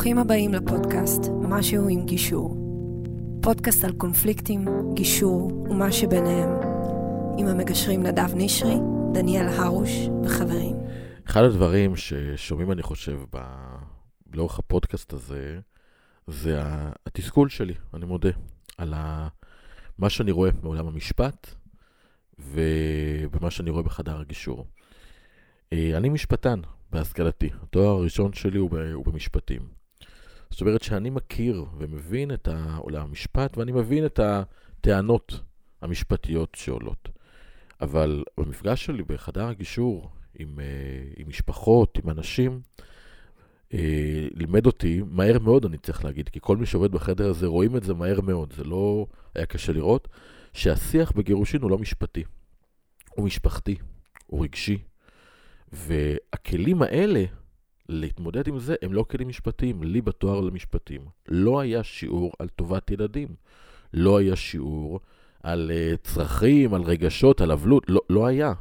ברוכים הבאים לפודקאסט משהו עם גישור. פודקאסט על קונפליקטים, גישור ומה שביניהם. עם המגשרים נדב נשרי, דניאל הרוש וחברים. אחד הדברים ששומעים אני חושב לאורך הפודקאסט הזה, זה התסכול שלי, אני מודה, על מה שאני רואה מעולם המשפט ובמה שאני רואה בחדר הגישור. אני משפטן בהשכלתי, התואר הראשון שלי הוא במשפטים. זאת אומרת שאני מכיר ומבין את העולם המשפט, ואני מבין את הטענות המשפטיות שעולות. אבל במפגש שלי בחדר הגישור עם משפחות, עם אנשים, לימד אותי מהר מאוד, אני צריך להגיד, כי כל מי שעובד בחדר הזה רואים את זה מהר מאוד, זה לא היה קשה לראות, שהשיח בגירושין הוא לא משפטי, הוא משפחתי, הוא רגשי. והכלים האלה, להתמודד עם זה, הם לא כלים משפטיים. לי בתואר למשפטים לא היה שיעור על טובת ילדים, לא היה שיעור על צרכים, על רגשות, על אבלות, לא היה.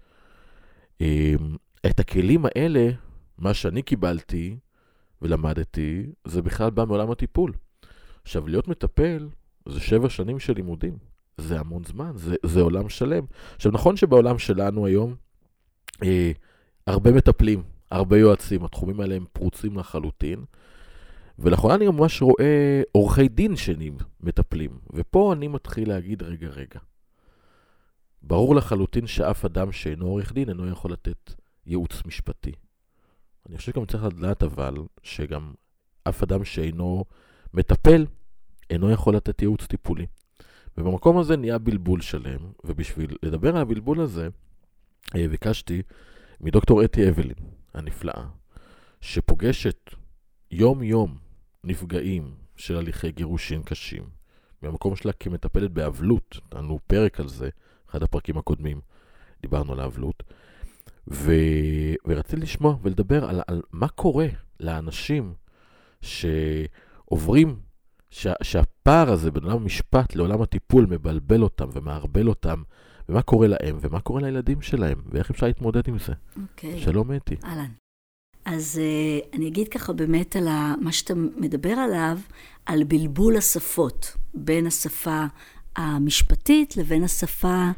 את הכלים האלה, מה שאני קיבלתי ולמדתי, זה בכלל בא מעולם הטיפול. עכשיו, להיות מטפל, זה 7 שנים של לימודים. זה המון זמן, זה עולם שלם. עכשיו, נכון שבעולם שלנו היום, הרבה מטפלים, הרבה יועצים, התחומים האלה הם פרוצים לחלוטין, ולאחרונה אני ממש רואה עורכי דין שנים מטפלים, ופה אני מתחיל להגיד רגע. ברור לחלוטין שאף אדם שאינו עורך דין אינו יכול לתת ייעוץ משפטי. אני חושב שגם צריך לדעת אבל שגם אף אדם שאינו מטפל אינו יכול לתת ייעוץ טיפולי. ובמקום הזה נהיה בלבול שלם, ובשביל לדבר על הבלבול הזה, ביקשתי מדוקטור אתי אבלין הנפלאה, שפוגשת יום נפגעים של הליכי גירושין קשים, במקום שלה כמטפלת באבלות, לנו פרק על זה, אחד הפרקים הקודמים, דיברנו על האבלות, ורציתי לשמוע ולדבר על מה קורה לאנשים שעוברים, שהפער הזה בין עולם המשפט לעולם הטיפול מבלבל אותם ומערבל אותם, ומה קורה להם, ומה קורה לילדים שלהם, ואיך אפשר להתמודד עם זה. אוקיי. שלום אתי. אהלן. אז אני אגיד ככה באמת על מה שאתה מדבר עליו, על בלבול השפות, בין השפה המשפטית לבין השפה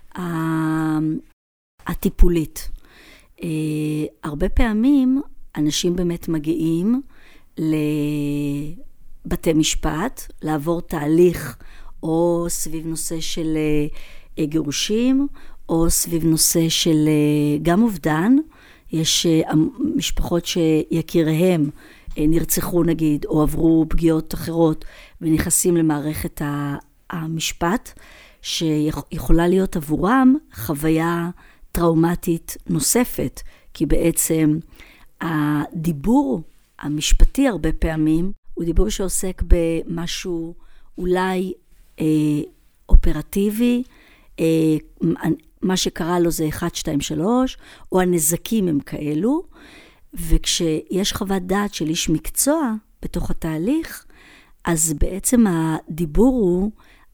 הטיפולית. הרבה פעמים אנשים באמת מגיעים לבתי משפט, לעבור תהליך, או סביב נושא של גירושים, או סביב נושא של גם אובדן. יש משפחות שיקיריהם נרצחו נגיד, או עברו פגיעות אחרות, ונכנסים למערכת המשפט, שיכולה להיות עבורם חוויה טראומטית נוספת, כי בעצם הדיבור המשפטי הרבה פעמים, הוא דיבור שעוסק במשהו אולי אופרטיבי, מה שקרה לו זה 1, 2, 3, או הנזקים הם כאלו, וכשיש חוות דעת של איש מקצוע בתוך התהליך, אז בעצם הדיבור הוא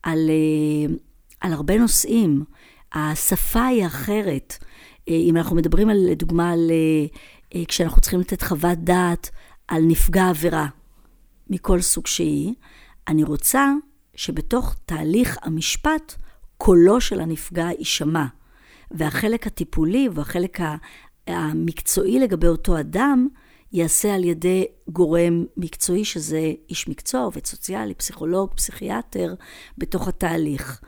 על הרבה נושאים. השפה היא אחרת. אם אנחנו מדברים על, לדוגמה, כשאנחנו צריכים לתת חוות דעת על נפגע עבירה מכל סוג שהיא, אני רוצה שבתוך תהליך המשפט, קולו של הנפגע יישמע, והחלק הטיפולי והחלק המקצועי לגבי אותו אדם, יעשה על ידי גורם מקצועי, שזה איש מקצוע, עובד סוציאלי, פסיכולוג, פסיכיאטר, בתוך התהליך.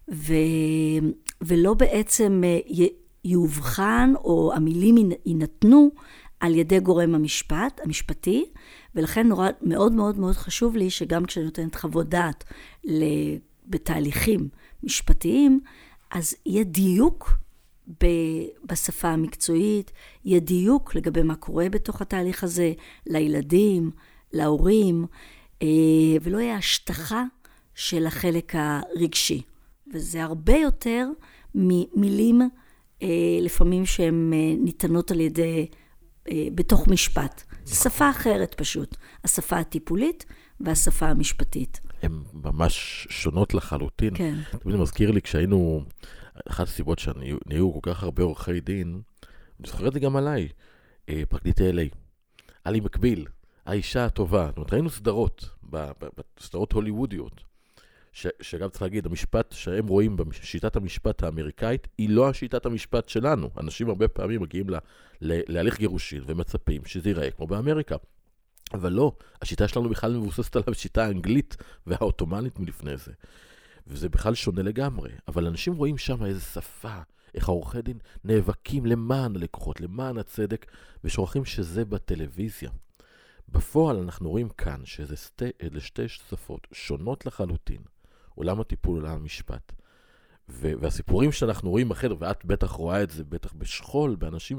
ולא בעצם יובחן, או המילים יינתנו על ידי גורם המשפטי, ולכן מאוד מאוד מאוד חשוב לי, שגם כשאני נותנת חוות דעת בתהליכים משפטיים, אז יהיה דיוק בשפה המקצועית, יהיה דיוק לגבי מה קורה בתוך התהליך הזה, לילדים, להורים, ולא יהיה השטחה של החלק הרגשי. וזה הרבה יותר ממילים, לפעמים שהן ניתנות על ידי, בתוך משפט. שפה אחרת פשוט, השפה הטיפולית והשפה המשפטית. הן ממש שונות לחלוטין. כן. זה מזכיר לי כשהיינו, אחת הסיבות שנהיו כל כך הרבה עורכי דין, אני זוכר את זה גם עליי, פרקליטי LA. היה לי מקביל, האישה הטובה. זאת אומרת, ראינו סדרות, בסדרות הוליוודיות, שגם צריך להגיד, המשפט שהם רואים בשיטת המשפט האמריקאית, היא לא השיטת המשפט שלנו. אנשים הרבה פעמים מגיעים להליך גירושין ומצפים שזה ייראה כמו באמריקה. אבל לא, השיטה שלנו בכלל מבוססת על השיטה האנגלית והאוטומנית מלפני זה. וזה בכלל שונה לגמרי. אבל אנשים רואים שם איזו שפה, איך העורכי דין נאבקים למען הלקוחות, למען הצדק, ושוכחים שזה בטלוויזיה. בפועל אנחנו רואים כאן שזה שתי שפות שונות לחלוטין. עולם הטיפול, עולם המשפט. והסיפורים שאנחנו רואים בחדר, ואת בטח רואה את זה, בטח בשכול, באנשים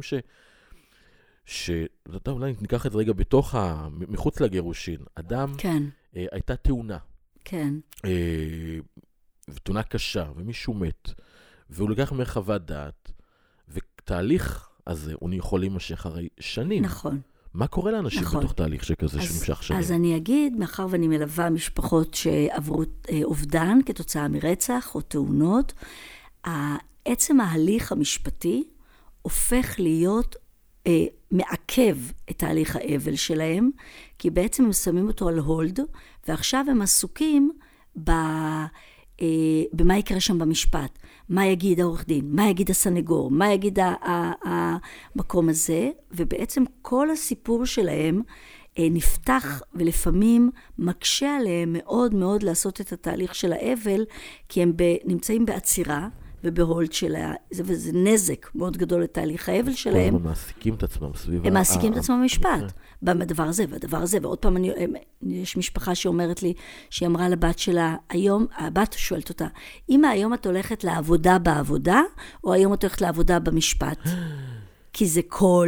אולי ניקח את זה רגע מחוץ לגירושין. אדם, כן. הייתה תאונה. כן. ותאונה קשה, ומישהו מת. והוא לקח מחוות דעת, ותהליך הזה, הוא יכול להימשך הרי שנים. נכון. מה קורה לאנשים בתוך תהליך שכזה שנמשך שנים? אז אני אגיד, מאחר ואני מלווה משפחות שעברו אובדן כתוצאה מרצח או תאונות, עצם ההליך המשפטי הופך להיות מעכב את תהליך האבל שלהם, כי בעצם הם שמים אותו על הולד, ועכשיו הם עסוקים במה יקרה שם במשפט, מה יגיד העורך דין, מה יגיד הסנגור, מה יגיד המקום הזה, ובעצם כל הסיפור שלהם נפתח ולפעמים מקשה עליהם מאוד מאוד לעשות את התהליך של האבל, כי הם נמצאים בעצירה ובהולד שלה, וזה נזק מאוד גדול לתהליך האבל שלהם. הם מעסיקים את עצמם סביב... הם מעסיקים את עצמם במשפט, בדבר הזה והדבר הזה, ועוד פעם יש משפחה שאומרת לי, שהיא אמרה לבת שלה, היום, הבת שואלת אותה, אמא, היום את הולכת לעבודה בעבודה, או היום את הולכת לעבודה במשפט? כי זה כל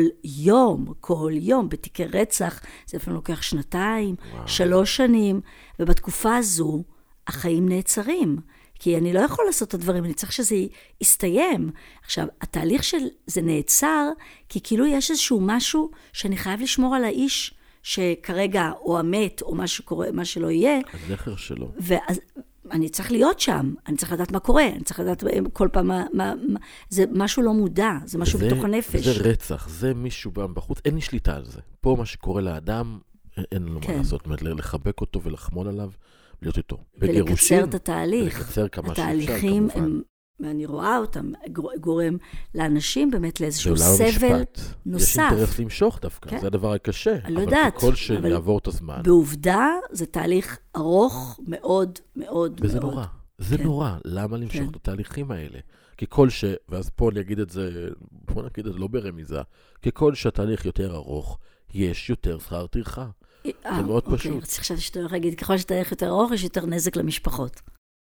יום, בתיקי רצח, זה לפעמים לוקח 2, 3 שנים, ובתקופה הזו, החיים נעצרים. כי אני לא יכול לעשות את הדברים, אני צריך שזה יסתיים. עכשיו, התהליך של זה נעצר, כי כאילו יש איזשהו משהו שאני חייב לשמור על האיש, שכרגע או המת, או מה שקורה, מה שלא יהיה. הזכר שלו. ואז אני צריך להיות שם, אני צריך לדעת מה קורה, אני צריך לדעת כל פעם זה משהו לא מודע, זה משהו בתוך הנפש. זה רצח, זה מישהו בחוץ, אין לי שליטה על זה. פה מה שקורה לאדם, אין לו מה לעשות, זאת אומרת, לחבק אותו ולחמול עליו. להיות איתו. ולקצר את התהליך. ולקצר כמה שאפשר, התהליכים, ואני רואה אותם, גורם לאנשים באמת לאיזשהו סבל נוסף. יש אינטרס למשוך דווקא, זה הדבר הקשה. אני לא יודעת. אבל ככל שיעבור את הזמן. בעובדה, זה תהליך ארוך מאוד מאוד. וזה נורא. זה נורא. למה למשוך את התהליכים האלה? ככל ואז פה אני אגיד את זה, בוא נגיד את זה לא ברמיזה, ככל שהתהליך יותר ארוך, יש יותר שכר טרחה. זה מאוד פשוט. עכשיו שאתה הולך להגיד, ככל שאתה הולך יותר ארוך, יש יותר נזק למשפחות.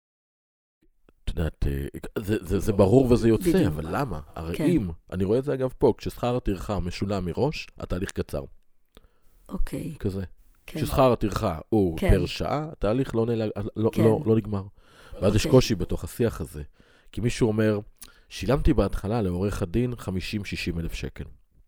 את יודעת, זה ברור וזה יוצא, אבל למה? הרי אם, אני רואה את זה אגב פה, כששכר הטרחה משולם מראש, התהליך קצר. אוקיי. כזה. כששכר הטרחה הוא פר שעה, התהליך לא נגמר. ואז יש קושי בתוך השיח הזה. כי מישהו אומר, שילמתי בהתחלה לעורך הדין 50-60 אלף שקל.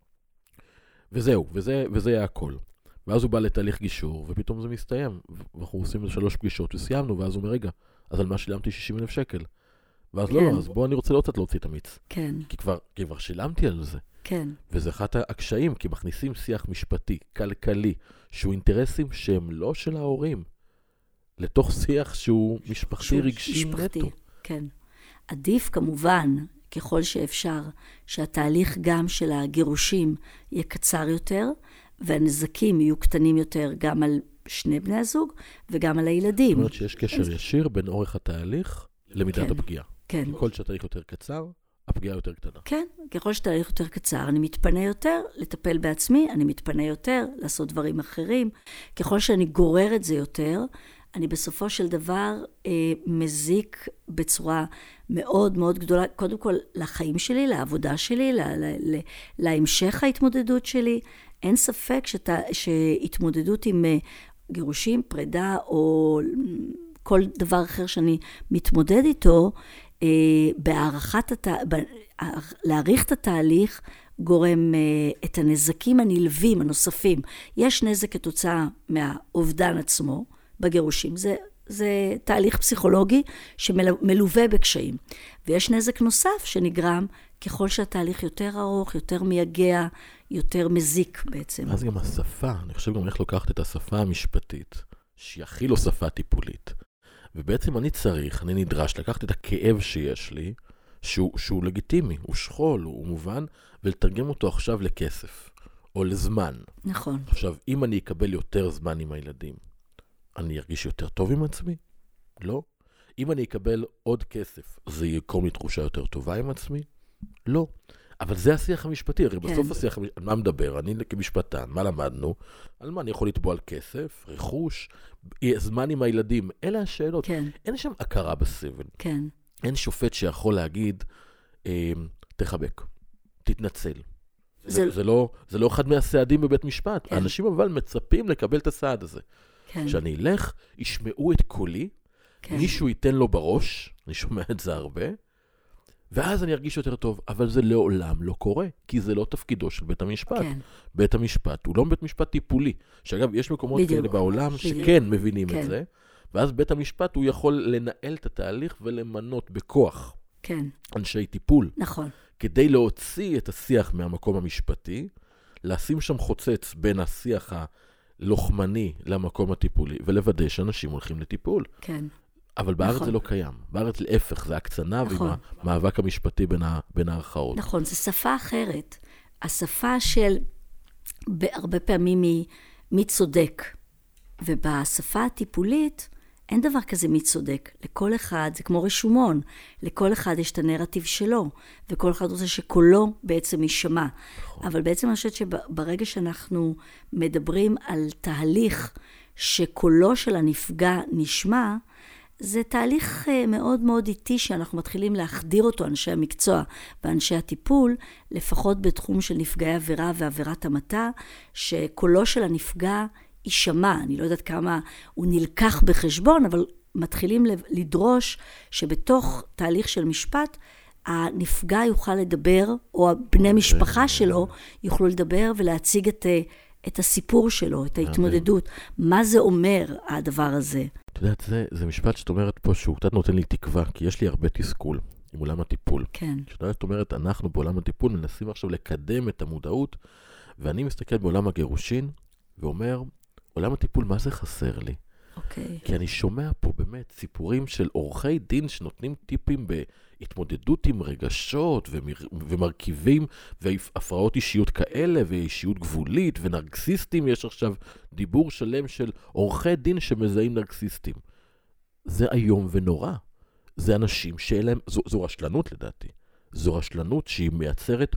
וזהו, וזה היה הכל. ואז הוא בא לתהליך גישור, ופתאום זה מסתיים. ואנחנו עושים 3 פגישות וסיימנו, ואז הוא אומר, רגע, אז על מה שילמתי 60 אלף שקל? ואז לא, אז בוא אני רוצה להוציא את המיץ. כן. כי כבר שילמתי על זה. כן. וזה אחד הקשיים, כי מכניסים שיח משפטי, כלכלי, שהוא אינטרסים שהם לא של ההורים, לתוך שיח שהוא משפחתי רגשי נטו. כן. עדיף כמובן, ככל שאפשר, שהתהליך גם של הגירושים יהיה קצר יותר, והנזקים יהיו קטנים יותר גם על שני בני הזוג וגם על הילדים. זאת אומרת שיש קשר ישיר בין אורך התהליך למידת הפגיעה. כן. ככל שהתהליך יותר קצר, הפגיעה יותר קטנה. כן, ככל שהתהליך יותר קצר, אני מתפנה יותר לטפל בעצמי, אני מתפנה יותר לעשות דברים אחרים. ככל שאני גורר את זה יותר, אני בסופו של דבר מזיק בצורה מאוד מאוד גדולה, קודם כל לחיים שלי, לעבודה שלי, להמשך ההתמודדות שלי. אין ספק שהתמודדות עם גירושים, פרידה או כל דבר אחר שאני מתמודד איתו, להעריך את התהליך גורם את הנזקים הנלווים, הנוספים. יש נזק כתוצאה מהאובדן עצמו בגירושים. זה תהליך פסיכולוגי שמלווה בקשיים. ויש נזק נוסף שנגרם ככל שהתהליך יותר ארוך, יותר מייגע, יותר מזיק בעצם. אז גם השפה, אני חושב גם איך לוקחת את השפה המשפטית, שהיא הכי לא שפה טיפולית. ובעצם אני נדרש לקחת את הכאב שיש לי, שהוא לגיטימי, הוא שכול, הוא מובן, ולתרגם אותו עכשיו לכסף, או לזמן. נכון. עכשיו, אם אני אקבל יותר זמן עם הילדים, אני ארגיש יותר טוב עם עצמי? לא. אם אני אקבל עוד כסף, זה יקום לי תחושה יותר טובה עם עצמי? לא. אבל זה השיח המשפטי, הרי בסוף השיח המשפטי, על מה מדבר? אני כמשפטן, מה למדנו? על מה אני יכול לתבוע על כסף, רכוש, זמן עם הילדים? אלה השאלות. כן. אין שם הכרה בסבל. כן. אין שופט שיכול להגיד, תחבק, תתנצל. זה לא אחד מהסעדים בבית משפט. כן. האנשים אבל מצפים לקבל את הסעד הזה. כן. כשאני אלך, ישמעו את קולי, כן. מישהו ייתן לו בראש, אני שומע את זה הרבה, ואז אני ארגיש יותר טוב, אבל זה לעולם לא קורה, כי זה לא תפקידו של בית המשפט. כן. בית המשפט הוא לא בית משפט טיפולי, שאגב, יש מקומות בדיוק. כאלה בעולם בדיוק. שכן מבינים כן. את זה, ואז בית המשפט הוא יכול לנהל את התהליך ולמנות בכוח כן. אנשי טיפול, נכון. כדי להוציא את השיח מהמקום המשפטי, לשים שם חוצץ בין השיח הלוחמני למקום הטיפולי, ולוודא שאנשים הולכים לטיפול. כן. אבל בארץ נכון. זה לא קיים. בארץ להפך, זה הקצנה נכון. והמאבק המשפטי בין הערכאות. נכון, זו שפה אחרת. השפה של, הרבה פעמים מי צודק. ובשפה הטיפולית, אין דבר כזה מי צודק. לכל אחד, זה כמו רשומון, לכל אחד יש את הנרטיב שלו, וכל אחד רוצה שקולו בעצם יישמע. נכון. אבל בעצם אני חושבת שברגע שאנחנו מדברים על תהליך שקולו של הנפגע נשמע, זה תהליך מאוד מאוד איטי שאנחנו מתחילים להחדיר אותו, אנשי המקצוע ואנשי הטיפול, לפחות בתחום של נפגעי עבירה ועבירת המתה, שקולו של הנפגע יישמע. אני לא יודעת כמה הוא נלקח בחשבון, אבל מתחילים לדרוש שבתוך תהליך של משפט, הנפגע יוכל לדבר, או בני משפחה שלו יוכלו לדבר ולהציג את הסיפור שלו, את ההתמודדות. מה זה אומר הדבר הזה? את יודעת, זה משפט שאת אומרת פה שהוא קצת נותן לי תקווה, כי יש לי הרבה תסכול עם עולם הטיפול. כן. שאת אומרת, אנחנו בעולם הטיפול מנסים עכשיו לקדם את המודעות, ואני מסתכל בעולם הגירושין, ואומר, עולם הטיפול, מה זה חסר לי? אוקיי. כי אני שומע פה באמת סיפורים של עורכי דין שנותנים טיפים בהתמודדות עם רגשות ומרכיבים והפרעות אישיות כאלה ואישיות גבולית ונרקסיסטים. יש עכשיו דיבור שלם של עורכי דין שמזהים נרקסיסטים. זה איום ונורא. זה אנשים שאלהם, זו רשלנות לדעתי. זו רשלנות שהיא מייצרת,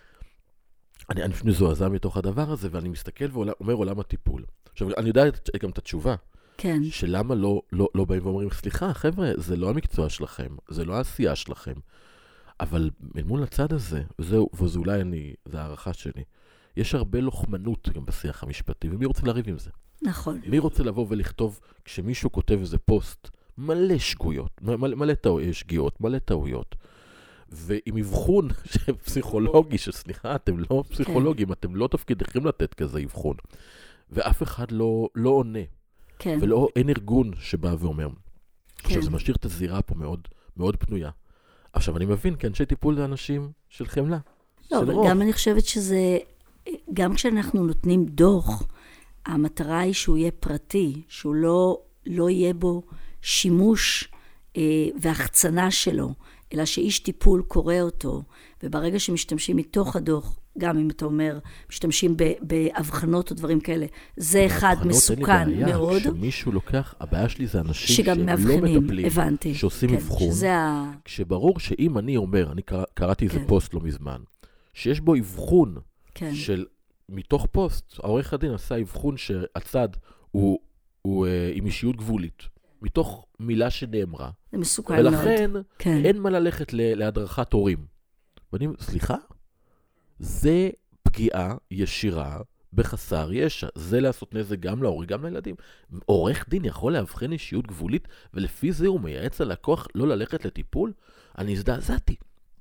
אני מזועזע מתוך הדבר הזה ואני מסתכל ואומר עולם הטיפול. עכשיו אני יודע גם את התשובה. כן. שלמה לא באים ואומרים, סליחה, חבר'ה, זה לא המקצוע שלכם, זה לא העשייה שלכם. אבל מול הצד הזה, וזה אולי זה הערכה שלי, יש הרבה לוחמנות גם בשיח המשפטי, ומי רוצה לריב עם זה? נכון. מי רוצה לבוא ולכתוב, כשמישהו כותב איזה פוסט, מלא שגויות, מלא שגיאות, מלא טעויות, ועם אבחון פסיכולוגי, שסליחה, אתם לא פסיכולוגים, אתם לא תפקידכם לתת כזה אבחון, ואף אחד לא עונה. כן. ולא, אין ארגון שבא ואומר. כן. עכשיו, זה משאיר את הזירה פה מאוד, מאוד פנויה. עכשיו, אני מבין, כי אנשי טיפול זה אנשים של חמלה. לא, אבל גם אני חושבת שזה, גם כשאנחנו נותנים דוח, המטרה היא שהוא יהיה פרטי, שהוא לא יהיה בו שימוש והחצנה שלו, אלא שאיש טיפול קורא אותו, וברגע שמשתמשים מתוך הדוח, גם אם אתה אומר, משתמשים בהבחנות או דברים כאלה, זה אחד מסוכן מאוד. כשמישהו לוקח, הבעיה שלי זה אנשים שגם שהם לא מטפלים, הבנתי. שעושים אבחון, כשברור שאם אני אומר, אני קראתי איזה פוסט לא מזמן, שיש בו אבחון של, מתוך פוסט, העורך הדין עשה אבחון שהצד הוא עם אישיות גבולית, מתוך מילה שנאמרה. זה מסוכן מאוד. ולכן אין מה ללכת להדרכת הורים. ואני, סליחה? זה פגיעה ישירה בחסר ישע. זה לעשות נזק גם להורים, גם לילדים. עורך דין יכול להבחין אישיות גבולית, ולפי זה הוא מייעץ ללקוח לא ללכת לטיפול? אני הזדעזעתי.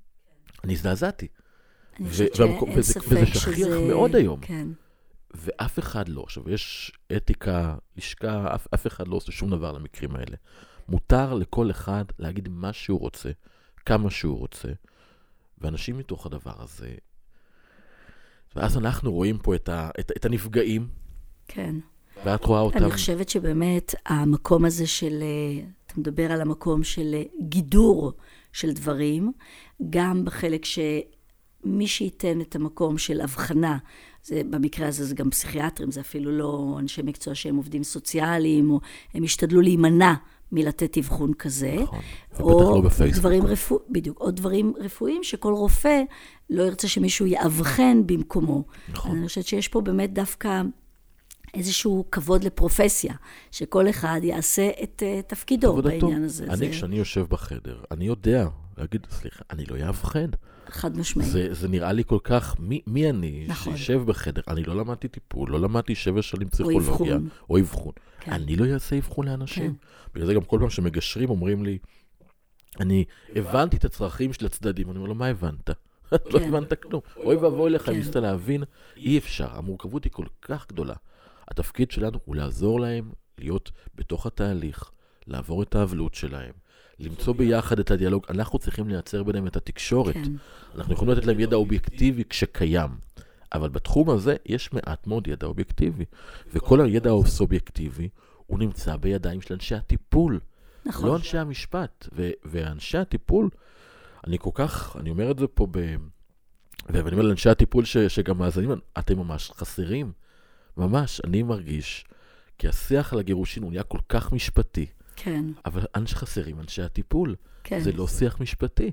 אני חושבת שאין ספק שזה... וזה שכיח מאוד היום. כן. ואף אחד לא. עכשיו, יש אתיקה, לשכה, אף אחד לא עושה שום דבר למקרים האלה. מותר לכל אחד להגיד מה שהוא רוצה, כמה שהוא רוצה, ואנשים מתוך הדבר הזה ואז אנחנו רואים פה את הנפגעים, כן. ואת רואה אותם. אני חושבת שבאמת המקום הזה של, אתה מדבר על המקום של גידור של דברים, גם בחלק שמי שייתן את המקום של הבחנה, במקרה הזה זה גם פסיכיאטרים, זה אפילו לא אנשי מקצוע שהם עובדים סוציאליים, או הם השתדלו להימנע מלתת אבחון כזה. נכון, ובטח לא בפייסבוק. בדיוק, או דברים רפואיים שכל רופא לא ירצה שמישהו יאבחן במקומו. נכון. אני חושבת שיש פה באמת דווקא איזשהו כבוד לפרופסיה, שכל אחד יעשה את תפקידו בעניין הזה. אני, כשאני יושב בחדר, אני יודע להגיד, סליחה, אני לא יאבחן. חד משמעי. זה נראה לי כל כך, מי אני נכון. שישב בחדר? אני לא למדתי טיפול, לא למדתי 7 שנים פסיכולוגיה, או אבחון. כן. אני לא אעשה אבחון לאנשים. כן. בגלל זה גם כל פעם שמגשרים אומרים לי, אני הבנתי את הצרכים של הצדדים, אני אומר לו, מה הבנת? לא הבנת כלום. אוי ואבוי לך, ניסית להבין, אי אפשר. המורכבות היא כל כך גדולה. התפקיד שלנו הוא לעזור להם להיות בתוך התהליך, לעבור את האבלות שלהם, למצוא ביחד את הדיאלוג. אנחנו צריכים לייצר ביניהם את התקשורת. כן. אנחנו יכולים לתת להם ידע אובייקטיבי כשקיים. אבל בתחום הזה יש מעט מאוד ידע אובייקטיבי. וכל הידע האובייקטיבי הוא נמצא בידיים של אנשי הטיפול. נכון. לא אנשי המשפט. ואנשי הטיפול, אני אומר את זה פה ואני אומר לאנשי הטיפול שגם מאזנים, אתם ממש חסרים. ממש, אני מרגיש, כי השיח על הגירושין הוא נהיה כל כך משפטי. כן. אבל חסרים אנשי הטיפול. כן. זה לא שיח משפטי.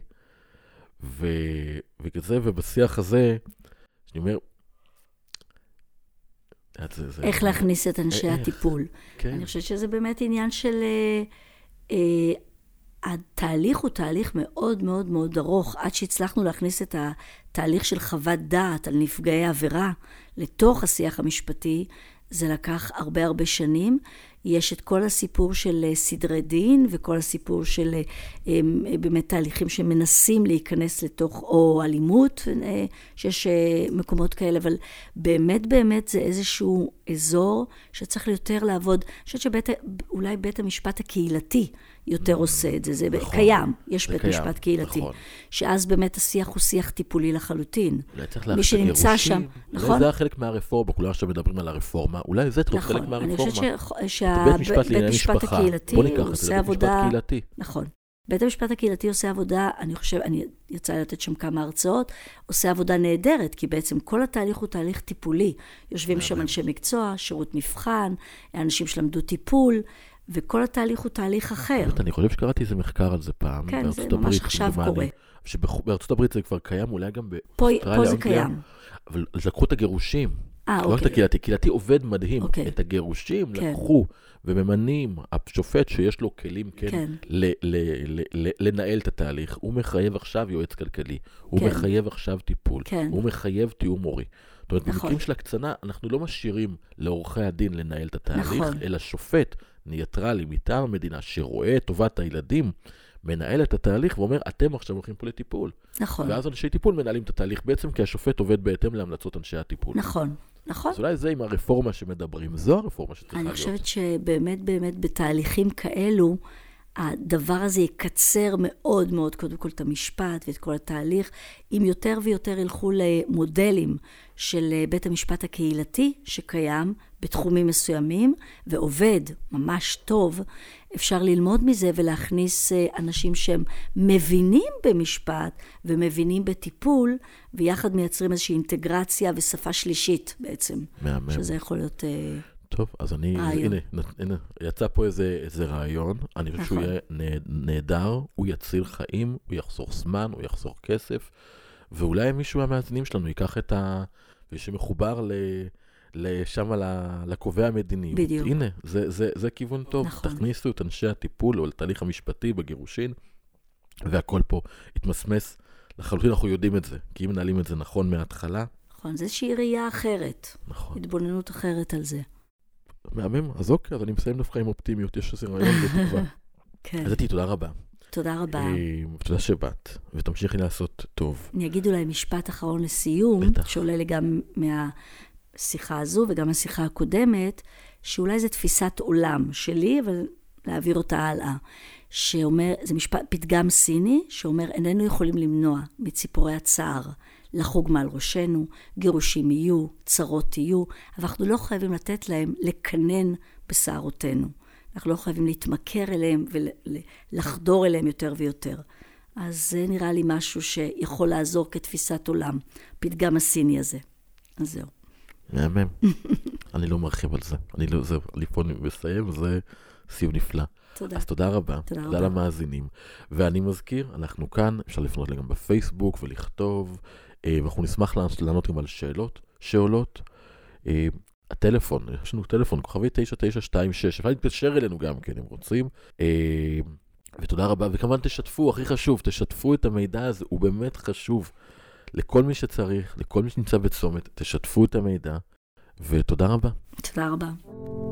וכזה, ובשיח הזה, אני אומר, איך להכניס את אנשי הטיפול. כן. אני חושבת שזה באמת עניין של, התהליך הוא תהליך מאוד מאוד מאוד ארוך, עד שהצלחנו להכניס את התהליך של חוות דעת על נפגעי עבירה לתוך השיח המשפטי, זה לקח הרבה שנים. יש את כל הסיפור של סדרי דין, וכל הסיפור של באמת תהליכים שמנסים להיכנס לתוך, או אלימות, שיש מקומות כאלה, אבל באמת זה איזשהו אזור שצריך יותר לעבוד. אני חושבת שאולי בית המשפט הקהילתי יותר עושה את זה. זה קיים, יש בית משפט קהילתי. שאז באמת השיח הוא שיח טיפולי לחלוטין. מי שנמצא שם, נכון? אולי זה חלק מהרפורמה, כולם עכשיו מדברים על הרפורמה, אולי זה חלק מהרפורמה. אני חושבת בית המשפט הקהילתי עושה עבודה, נכון. בית המשפט הקהילתי עושה עבודה, אני יצא לתת שם כמה הרצאות, עושה עבודה נהדרת, כי בעצם כל התהליך הוא תהליך טיפולי. יושבים שם אנשי מקצוע, שירות מבחן, אנשים שלמדו טיפול, וכל התהליך הוא תהליך אחר. אני חושב שקראתי איזה מחקר על זה פעם. כן, זה ממש עכשיו קורה. שבארצות הברית זה כבר קיים, אולי גם באוסטרליה. פה זה קיים. אבל לקחו את הגירושים. לא את הקהילתי. קהילתי עובד מדהים. את הגירושים לקחו וממנים, השופט שיש לו כלים לנהל את התהליך. הוא מחייב עכשיו יועץ כלכלי. הוא מחייב עכשיו טיפול. הוא מחייב תיאום מורי. זאת אומרת, במקרים של הקצנה, אנחנו לא משאירים לעורכי הדין לנהל את התהליך, אלא שופט ניטרלי מטעם המדינה שרואה את טובת הילדים, מנהל את התהליך ואומר, אתם עכשיו הולכים פה לטיפול. נכון. ואז אנשי טיפול מנהלים את התהליך בעצם, כי השופט עובד בהתאם להמלצות אנשי הטיפול. נכון. אז אולי זה עם הרפורמה שמדברים, זו הרפורמה שצריכה להיות. אני חושבת שבאמת בתהליכים כאלו, הדבר הזה יקצר מאוד מאוד קודם כל את המשפט ואת כל התהליך, אם יותר ויותר ילכו למודלים של בית המשפט הקהילתי שקיים בתחומים מסוימים ועובד ממש טוב, אפשר ללמוד מזה ולהכניס אנשים שהם מבינים במשפט ומבינים בטיפול, ויחד מייצרים איזושהי אינטגרציה ושפה שלישית בעצם. מהמם. שזה יכול להיות טוב, אז הנה, יצא פה איזה רעיון, אני חושב שהוא יהיה נהדר, הוא יציל חיים, הוא יחסוך זמן, הוא יחסוך כסף, ואולי מישהו מהמאזינים שלנו ייקח ושמחובר לשם לקובע המדיניות. בדיוק. הנה, זה כיוון טוב. נכון. תכניסו את אנשי הטיפול או לתהליך המשפטי בגירושין, והכל פה יתמסמס. לחלוטין אנחנו יודעים את זה, כי אם מנהלים את זה נכון מההתחלה. נכון, זה איזושהי ראייה אחרת. נכון. התבוננות אחרת על זה. מהמם, אז אוקיי, אז אני מסיים דווקא עם אופטימיות, יש איזה רעיון בתקווה. כן. אז עדי, תודה רבה. תודה רבה. תודה שבאת, ותמשיכי לעשות טוב. אני אגיד אולי משפט אחרון לסיום, שעולה לי גם מהשיחה הזו וגם מהשיחה הקודמת, שאולי זו תפיסת עולם שלי, אבל להעביר אותה הלאה. שאומר, זה פתגם סיני, שאומר, איננו יכולים למנוע מציפורי הצער לחוג מעל ראשנו, גירושים יהיו, צרות יהיו, אבל אנחנו לא חייבים לתת להם לקנן בשערותינו. אנחנו לא חייבים להתמכר אליהם ולחדור אליהם יותר ויותר. אז זה נראה לי משהו שיכול לעזור כתפיסת עולם, פתגם הסיני הזה. אז זהו. מהמם. אני לא מרחיב על זה. אני פה מסיים, זה סיום נפלא. תודה. אז תודה רבה. תודה למאזינים. ואני מזכיר, אנחנו כאן, אפשר לפנות גם בפייסבוק ולכתוב, ואנחנו נשמח לענות גם על שאלות שעולות. הטלפון, יש לנו טלפון, כוכבי 9926, אפשר להתקשר אלינו גם כן, אם רוצים. ותודה רבה, וכמובן תשתפו, הכי חשוב, תשתפו את המידע הזה, הוא באמת חשוב. לכל מי שצריך, לכל מי שנמצא בצומת, תשתפו את המידע, ותודה רבה. תודה רבה.